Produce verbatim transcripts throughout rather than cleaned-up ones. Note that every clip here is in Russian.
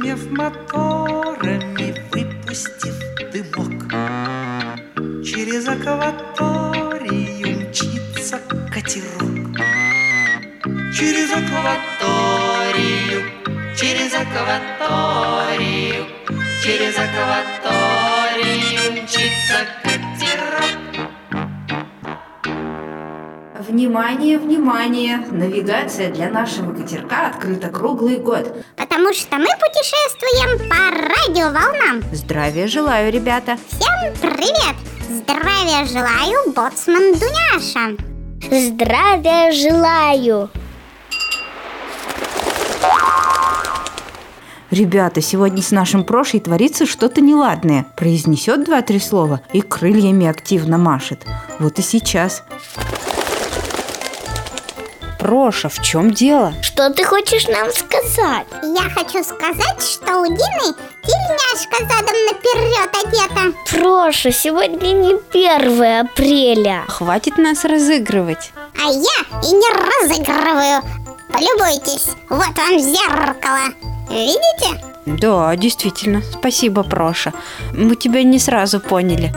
Загремев моторами, выпустив дымок, через акваторию мчится катерок. Через акваторию, через акваторию, через акваторию мчится катерок. Внимание, внимание! Навигация для нашего катерка открыта круглый год. Потому что мы путешествуем по радиоволнам. Здравия желаю, ребята! Всем привет! Здравия желаю, боцман Дуняша. Здравия желаю! Ребята, сегодня с нашим Прошей творится что-то неладное. Произнесет два-три слова и крыльями активно машет. Вот и сейчас. Проша, в чем дело? Что ты хочешь нам сказать? Я хочу сказать, что у Дины тельняшка задом наперед одета. Проша, сегодня не первое апреля. Хватит нас разыгрывать. А я и не разыгрываю. Полюбуйтесь, вот вам зеркало. Видите? Да, действительно, спасибо, Проша. Мы тебя не сразу поняли.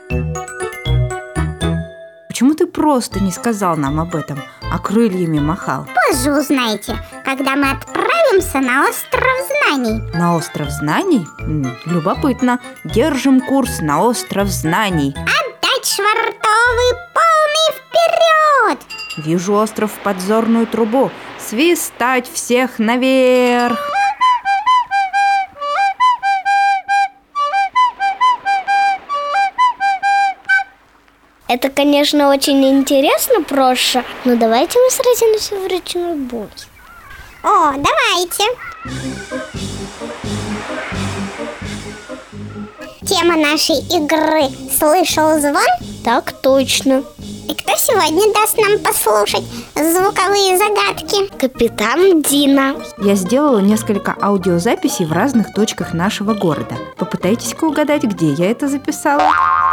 Почему ты просто не сказал нам об этом, а крыльями махал? Позже узнаете, когда мы отправимся на остров знаний. На остров знаний? М, любопытно. Держим курс на остров знаний. Отдать швартовый полный вперед! Вижу остров в подзорную трубу. Свистать всех наверх! Это, конечно, очень интересно, Проша, но давайте мы сразимся в речной бой. О, давайте! Тема нашей игры «Слышал звон»? Так точно. И кто сегодня даст нам послушать звуковые загадки? Капитан Дина. Я сделала несколько аудиозаписей в разных точках нашего города. Попытайтесь-ка угадать, где я это записала.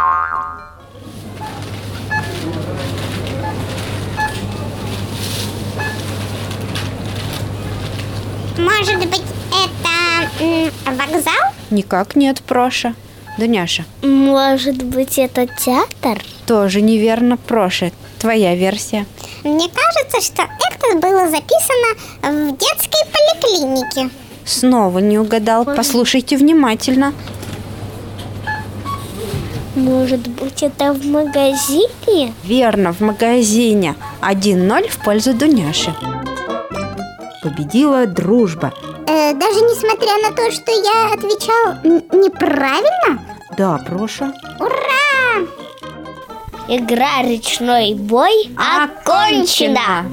Может быть, это м, вокзал? Никак нет, Проша. Дуняша. Может быть, это театр? Тоже неверно, Проша. Твоя версия. Мне кажется, что это было записано в детской поликлинике. Снова не угадал. Послушайте внимательно. Может быть, это в магазине? Верно, в магазине. один ноль в пользу Дуняши. Победила дружба. Э, даже несмотря на то, что я отвечал н- неправильно? Да, Проша. Ура! Игра «Речной бой» окончена!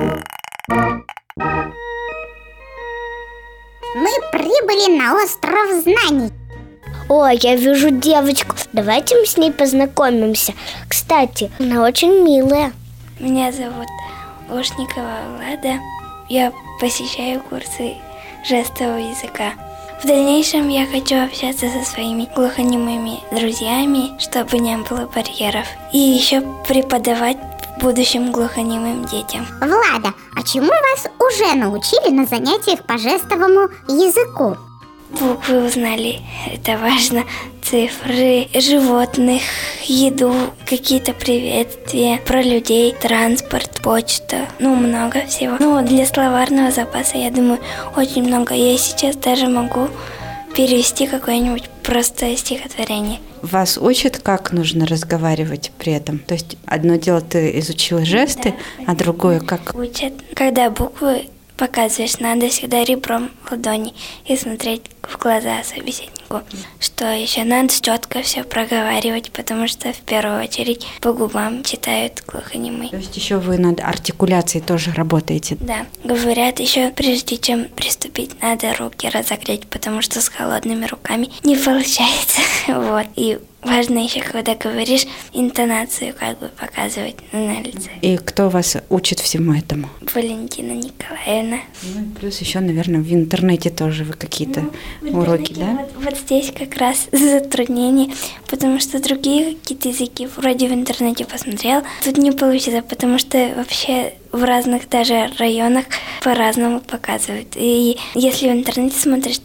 Мы прибыли на остров знаний. О, я вижу девочку. Давайте мы с ней познакомимся. Кстати, она очень милая. Меня зовут Лушникова Влада. Я посещаю курсы жестового языка. В дальнейшем я хочу общаться со своими глухонемыми друзьями, чтобы не было барьеров. И еще преподавать в будущем глухонемым детям. Влада, а чему вас уже научили на занятиях по жестовому языку? Буквы узнали, это важно. Цифры, животных, еду, какие-то приветствия, про людей, транспорт, почта, ну много всего. Ну для словарного запаса, я думаю, очень много. Я сейчас даже могу перевести какое-нибудь простое стихотворение. Вас учат, как нужно разговаривать при этом? То есть одно дело ты изучила жесты, да, а другое как? Учат, когда буквы показываешь, надо всегда ребром ладони и смотреть в глаза собеседнику. Что еще? Надо четко все проговаривать, потому что в первую очередь по губам читают глухонемые. То есть еще вы над артикуляцией тоже работаете? Да. Говорят, еще прежде чем приступить, надо руки разогреть, потому что с холодными руками не получается. Вот. И важно еще, когда говоришь, интонацию как бы показывать на лице. И кто вас учит всему этому? Валентина Николаевна. Ну, плюс еще, наверное, в интернете тоже вы какие-то ну, уроки, да? Вот, вот здесь как раз затруднение, потому что другие какие-то языки вроде в интернете посмотрел, тут не получится, потому что вообще в разных даже районах по-разному показывают. И если в интернете смотришь, там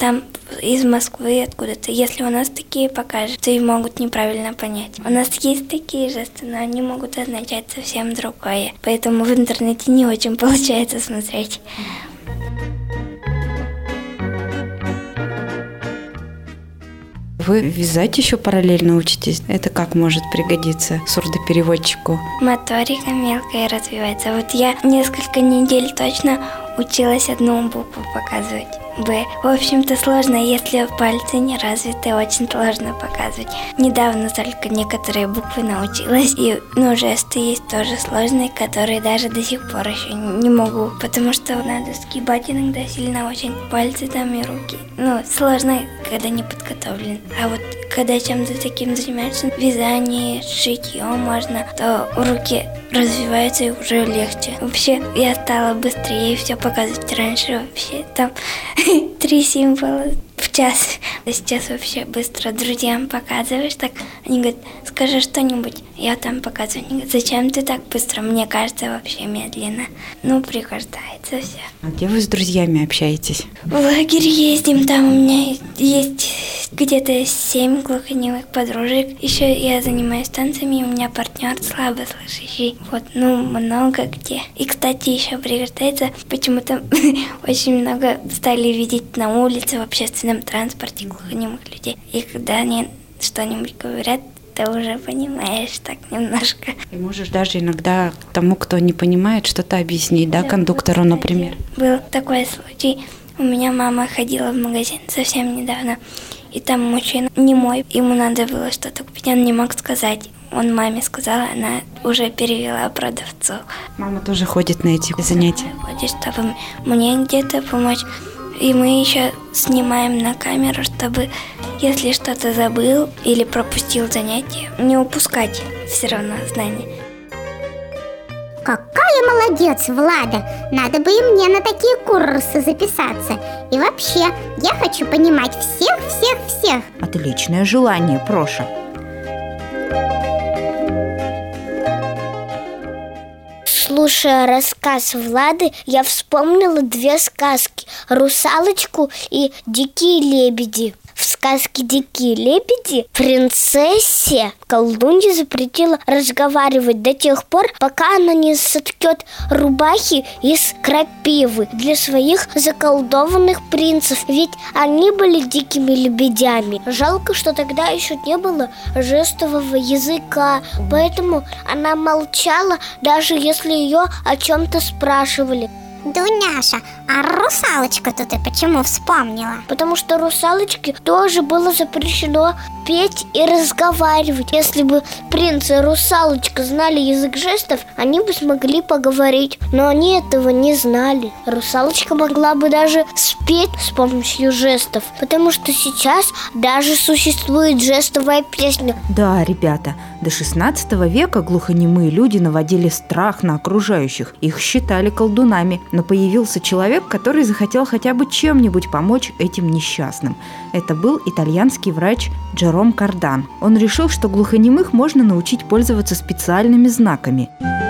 из Москвы откуда-то. Если у нас такие покажут, то и могут неправильно понять. У нас есть такие жесты, но они могут означать совсем другое. Поэтому в интернете не очень получается смотреть. Вы вязать еще параллельно учитесь? Это как может пригодиться сурдопереводчику? Моторика мелкая развивается. Вот я несколько недель точно училась одну букву показывать. Б. В общем-то сложно, если пальцы не развиты, очень сложно показывать. Недавно только некоторые буквы научилась, и ну, жесты есть тоже сложные, которые даже до сих пор еще не могу, потому что надо сгибать иногда сильно очень пальцы там и руки. Ну, сложно, когда не подготовлен. А вот когда чем-то таким занимаешься, вязание, шитьем можно, то руки развиваются и уже легче. Вообще, я стала быстрее все показывать. Раньше вообще там три символа в час. А сейчас вообще быстро друзьям показываешь, так они говорят, скажи что-нибудь, я там показываю. Они говорят, зачем ты так быстро? Мне кажется, вообще медленно. Ну, пригождается все. А где вы с друзьями общаетесь? В лагерь ездим, там у меня есть где-то семь глухонемых подружек. Еще я занимаюсь танцами, у меня партнер слабослышащий. Вот, ну, много где. И, кстати, еще пригождается, почему-то очень много стали видеть на улице, в общественном транспорте глухонемых людей. И когда они что-нибудь говорят, ты уже понимаешь так немножко. И можешь даже иногда тому, кто не понимает, что-то объяснить, да, Да, кондуктору, вот, например. Был такой случай. У меня мама ходила в магазин совсем недавно, и там мужчина немой, ему надо было что-то купить, он не мог сказать. Он маме сказал, она уже перевела продавцу. Мама тоже ходит на эти занятия. Ходит, чтобы мне где-то помочь. И мы еще снимаем на камеру, чтобы, если что-то забыл или пропустил занятие, не упускать все равно знания. Какая молодец, Влада! Надо бы и мне на такие курсы записаться. И вообще, я хочу понимать всех-всех-всех. Отличное желание, Проша. Слушая рассказ Влады, я вспомнила две сказки – «Русалочку» и «Дикие лебеди». В сказке «Дикие лебеди» принцессе колдунья запретила разговаривать до тех пор, пока она не соткет рубахи из крапивы для своих заколдованных принцев, ведь они были дикими лебедями. Жалко, что тогда еще не было жестового языка, поэтому она молчала, даже если ее о чем-то спрашивали. Дуняша, а русалочку-то ты почему вспомнила? Потому что русалочке тоже было запрещено петь и разговаривать. Если бы принц и русалочка знали язык жестов, они бы смогли поговорить. Но они этого не знали. Русалочка могла бы даже спеть с помощью жестов, потому что сейчас даже существует жестовая песня. Да, ребята, до шестнадцатого века глухонемые люди наводили страх на окружающих. Их считали колдунами. Но появился человек, который захотел хотя бы чем-нибудь помочь этим несчастным. Это был итальянский врач Джером Кардан. Он решил, что глухонемых можно научить пользоваться специальными знаками.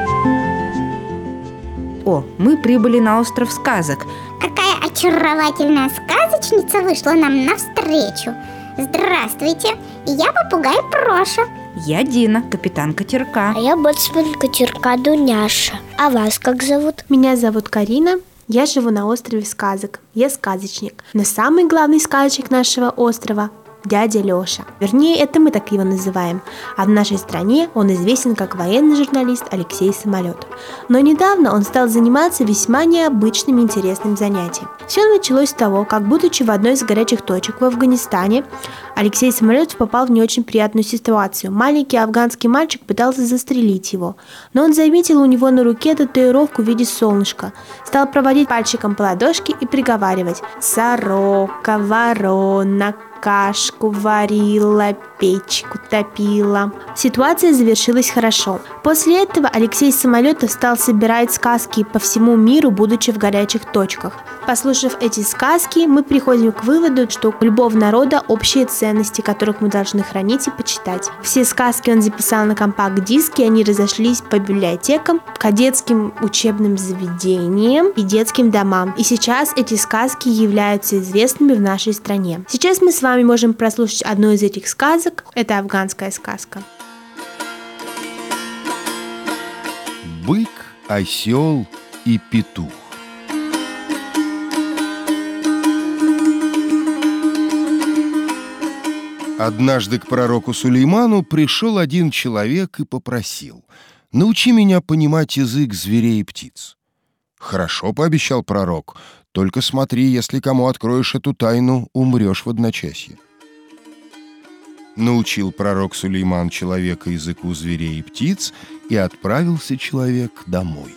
О, мы прибыли на остров сказок. Какая очаровательная сказочница вышла нам навстречу. Здравствуйте, я попугай Проша. Я Дина, капитан катерка. А я боцман катерка Дуняша. А вас как зовут? Меня зовут Карина, я живу на острове сказок, я сказочник. Но самый главный сказочник нашего острова – дядя Лёша. Вернее, это мы так его называем. А в нашей стране он известен как военный журналист Алексей Самолетов. Но недавно он стал заниматься весьма необычным и интересным занятием. Все началось с того, как, будучи в одной из горячих точек в Афганистане, Алексей Самолетов попал в не очень приятную ситуацию. Маленький афганский мальчик пытался застрелить его, но он заметил у него на руке татуировку в виде солнышка, стал проводить пальчиком по ладошке и приговаривать: «Сорока, ворона, кашку варила, печку топила. Ситуация завершилась хорошо. После этого Алексей Самолетов стал собирать сказки по всему миру, будучи в горячих точках. Послушав эти сказки, мы приходим к выводу, что у любого народа общие ценности, которых мы должны хранить и почитать. Все сказки он записал на компакт-диске, и они разошлись по библиотекам, кадетским учебным заведениям и детским домам. И сейчас эти сказки являются известными в нашей стране. Сейчас мы с вами можем прослушать одну из этих сказок. Это афганская сказка. Бык, осел и петух. Однажды к пророку Сулейману пришел один человек и попросил: «Научи меня понимать язык зверей и птиц». «Хорошо», — пообещал пророк, — «только смотри, если кому откроешь эту тайну, умрешь в одночасье». Научил пророк Сулейман человека языку зверей и птиц, и отправился человек домой.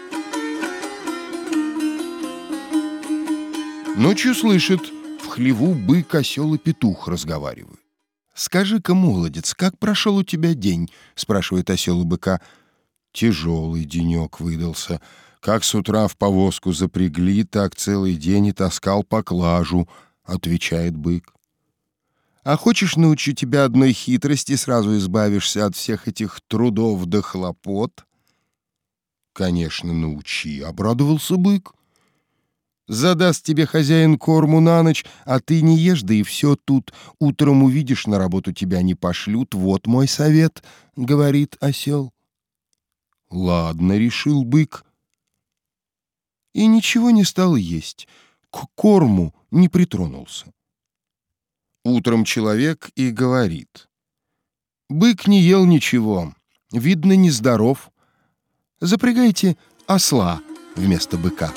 Ночью слышит, в хлеву бык, осел и петух разговаривают. «Скажи-ка, молодец, как прошел у тебя день?» — спрашивает осел у быка. «Тяжелый денек выдался. Как с утра в повозку запрягли, так целый день и таскал поклажу», — отвечает бык. «А хочешь, научу тебя одной хитрости, сразу избавишься от всех этих трудов да хлопот?» «Конечно, научи», — обрадовался бык. «Задаст тебе хозяин корму на ночь, а ты не ешь, да и все тут. Утром увидишь, на работу тебя не пошлют. Вот мой совет», — говорит осел. «Ладно», — решил бык. И ничего не стал есть, к корму не притронулся. Утром человек и говорит: «Бык не ел ничего, видно, нездоров. Запрягайте осла вместо быка».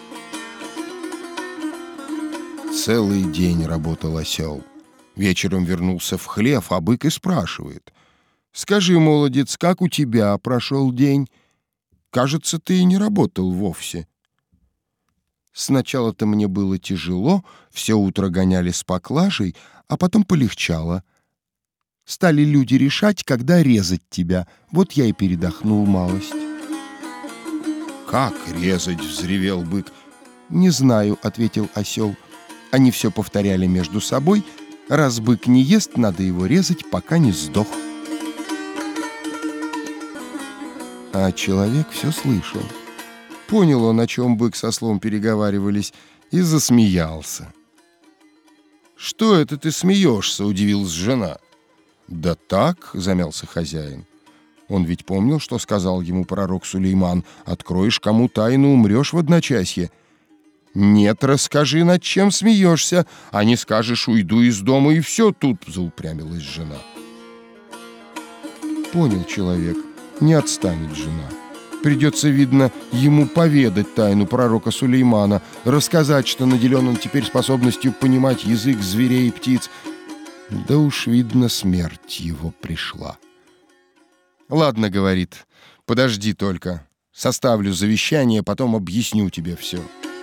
Целый день работал осел. Вечером вернулся в хлев, а бык и спрашивает: «Скажи, молодец, как у тебя прошел день? Кажется, ты и не работал вовсе». «Сначала-то мне было тяжело, все утро гоняли с поклажей, а потом полегчало. Стали люди решать, когда резать тебя, вот я и передохнул малость». «Как резать?» — взревел бык. «Не знаю», — ответил осел. Они все повторяли между собой: раз бык не ест, надо его резать, пока не сдох. А человек все слышал. Понял он, о чем бык со ослом переговаривались, и засмеялся. «Что это ты смеешься?» — удивилась жена. «Да так», — замялся хозяин. Он ведь помнил, что сказал ему пророк Сулейман: «Откроешь кому тайну, умрешь в одночасье». «Нет, расскажи, над чем смеешься, а не скажешь, уйду из дома, и все тут», — заупрямилась жена. Понял человек, не отстанет жена. Придется, видно, ему поведать тайну пророка Сулеймана, рассказать, что наделен он теперь способностью понимать язык зверей и птиц. Да уж, видно, смерть его пришла. «Ладно, — говорит, — подожди только, составлю завещание, потом объясню тебе все».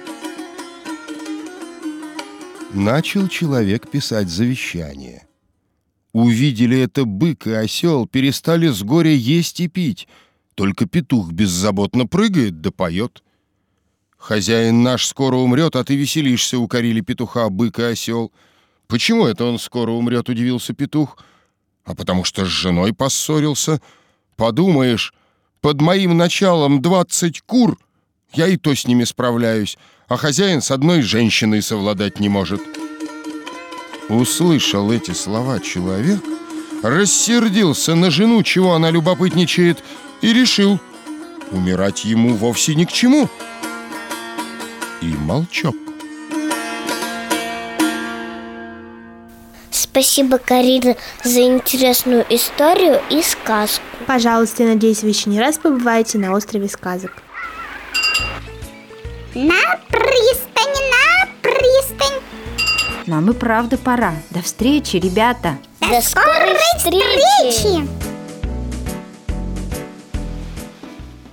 Начал человек писать завещание. Увидели это бык и осел, перестали с горя есть и пить. Только петух беззаботно прыгает да поет. «Хозяин наш скоро умрет, а ты веселишься», — укорили петуха бык и осел. «Почему это он скоро умрет?» — удивился петух. «А потому что с женой поссорился. Подумаешь, под моим началом двадцать кур, я и то с ними справляюсь, а хозяин с одной женщиной совладать не может». Услышал эти слова человек, рассердился на жену, чего она любопытничает, и решил, умирать ему вовсе ни к чему. И молчок. Спасибо, Карина, за интересную историю и сказку. Пожалуйста, надеюсь, вы еще не раз побываете на острове сказок. На пристань, на пристань. Нам и правда пора. До встречи, ребята! До скорой встречи! встречи!